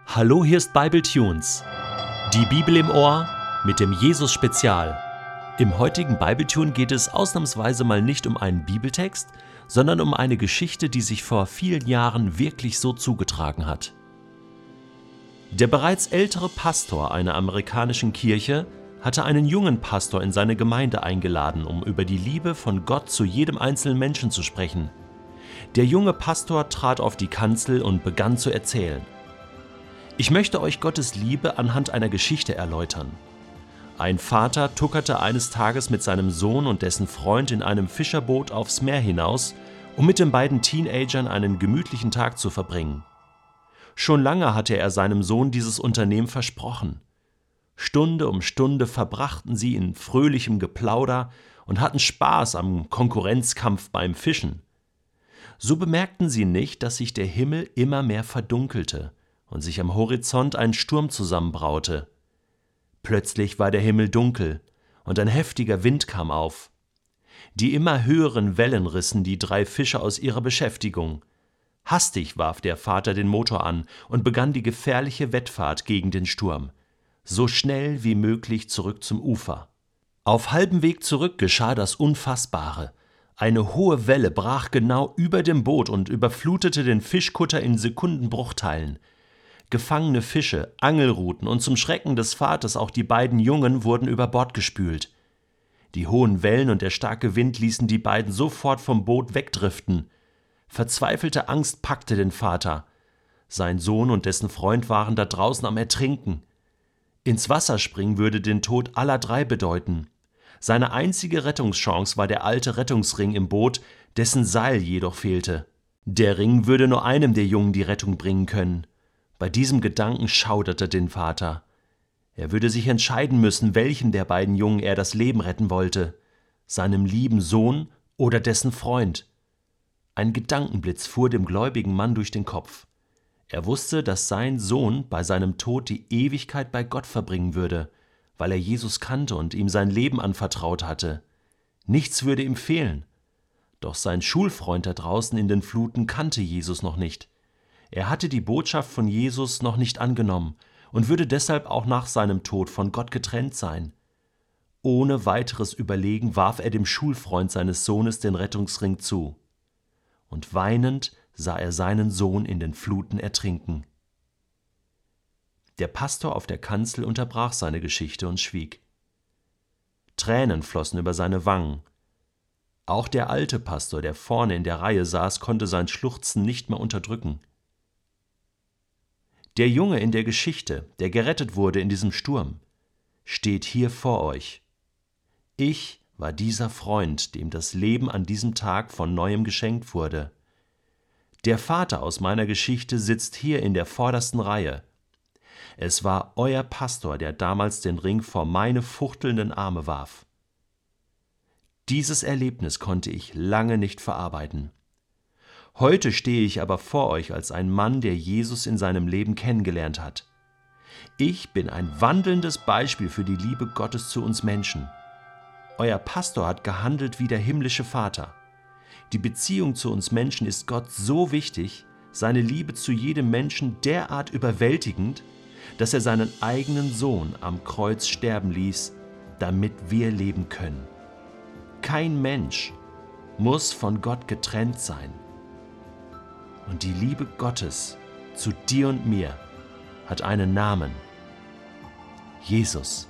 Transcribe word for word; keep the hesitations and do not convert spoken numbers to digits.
Hallo, hier ist Bible Tunes. Die Bibel im Ohr mit dem Jesus Spezial. Im heutigen Bible Tune geht es ausnahmsweise mal nicht um einen Bibeltext, sondern um eine Geschichte, die sich vor vielen Jahren wirklich so zugetragen hat. Der bereits ältere Pastor einer amerikanischen Kirche hatte einen jungen Pastor in seine Gemeinde eingeladen, um über die Liebe von Gott zu jedem einzelnen Menschen zu sprechen. Der junge Pastor trat auf die Kanzel und begann zu erzählen. Ich möchte euch Gottes Liebe anhand einer Geschichte erläutern. Ein Vater tuckerte eines Tages mit seinem Sohn und dessen Freund in einem Fischerboot aufs Meer hinaus, um mit den beiden Teenagern einen gemütlichen Tag zu verbringen. Schon lange hatte er seinem Sohn dieses Unternehmen versprochen. Stunde um Stunde verbrachten sie in fröhlichem Geplauder und hatten Spaß am Konkurrenzkampf beim Fischen. So bemerkten sie nicht, dass sich der Himmel immer mehr verdunkelte und sich am Horizont ein Sturm zusammenbraute. Plötzlich war der Himmel dunkel und ein heftiger Wind kam auf. Die immer höheren Wellen rissen die drei Fischer aus ihrer Beschäftigung. Hastig warf der Vater den Motor an und begann die gefährliche Wettfahrt gegen den Sturm. So schnell wie möglich zurück zum Ufer. Auf halbem Weg zurück geschah das Unfassbare. Eine hohe Welle brach genau über dem Boot und überflutete den Fischkutter in Sekundenbruchteilen. Gefangene Fische, Angelruten und zum Schrecken des Vaters auch die beiden Jungen wurden über Bord gespült. Die hohen Wellen und der starke Wind ließen die beiden sofort vom Boot wegdriften. Verzweifelte Angst packte den Vater. Sein Sohn und dessen Freund waren da draußen am Ertrinken. Ins Wasser springen würde den Tod aller drei bedeuten. Seine einzige Rettungschance war der alte Rettungsring im Boot, dessen Seil jedoch fehlte. Der Ring würde nur einem der Jungen die Rettung bringen können. Bei diesem Gedanken schauderte den Vater. Er würde sich entscheiden müssen, welchen der beiden Jungen er das Leben retten wollte, seinem lieben Sohn oder dessen Freund. Ein Gedankenblitz fuhr dem gläubigen Mann durch den Kopf. Er wusste, dass sein Sohn bei seinem Tod die Ewigkeit bei Gott verbringen würde, weil er Jesus kannte und ihm sein Leben anvertraut hatte. Nichts würde ihm fehlen. Doch sein Schulfreund da draußen in den Fluten kannte Jesus noch nicht. Er hatte die Botschaft von Jesus noch nicht angenommen und würde deshalb auch nach seinem Tod von Gott getrennt sein. Ohne weiteres Überlegen warf er dem Schulfreund seines Sohnes den Rettungsring zu. Und weinend sah er seinen Sohn in den Fluten ertrinken. Der Pastor auf der Kanzel unterbrach seine Geschichte und schwieg. Tränen flossen über seine Wangen. Auch der alte Pastor, der vorne in der Reihe saß, konnte sein Schluchzen nicht mehr unterdrücken. Der Junge in der Geschichte, der gerettet wurde in diesem Sturm, steht hier vor euch. Ich war dieser Freund, dem das Leben an diesem Tag von Neuem geschenkt wurde. Der Vater aus meiner Geschichte sitzt hier in der vordersten Reihe. Es war euer Pastor, der damals den Ring vor meine fuchtelnden Arme warf. Dieses Erlebnis konnte ich lange nicht verarbeiten. Heute stehe ich aber vor euch als ein Mann, der Jesus in seinem Leben kennengelernt hat. Ich bin ein wandelndes Beispiel für die Liebe Gottes zu uns Menschen. Euer Pastor hat gehandelt wie der himmlische Vater. Die Beziehung zu uns Menschen ist Gott so wichtig, seine Liebe zu jedem Menschen derart überwältigend, dass er seinen eigenen Sohn am Kreuz sterben ließ, damit wir leben können. Kein Mensch muss von Gott getrennt sein. Und die Liebe Gottes zu dir und mir hat einen Namen: Jesus.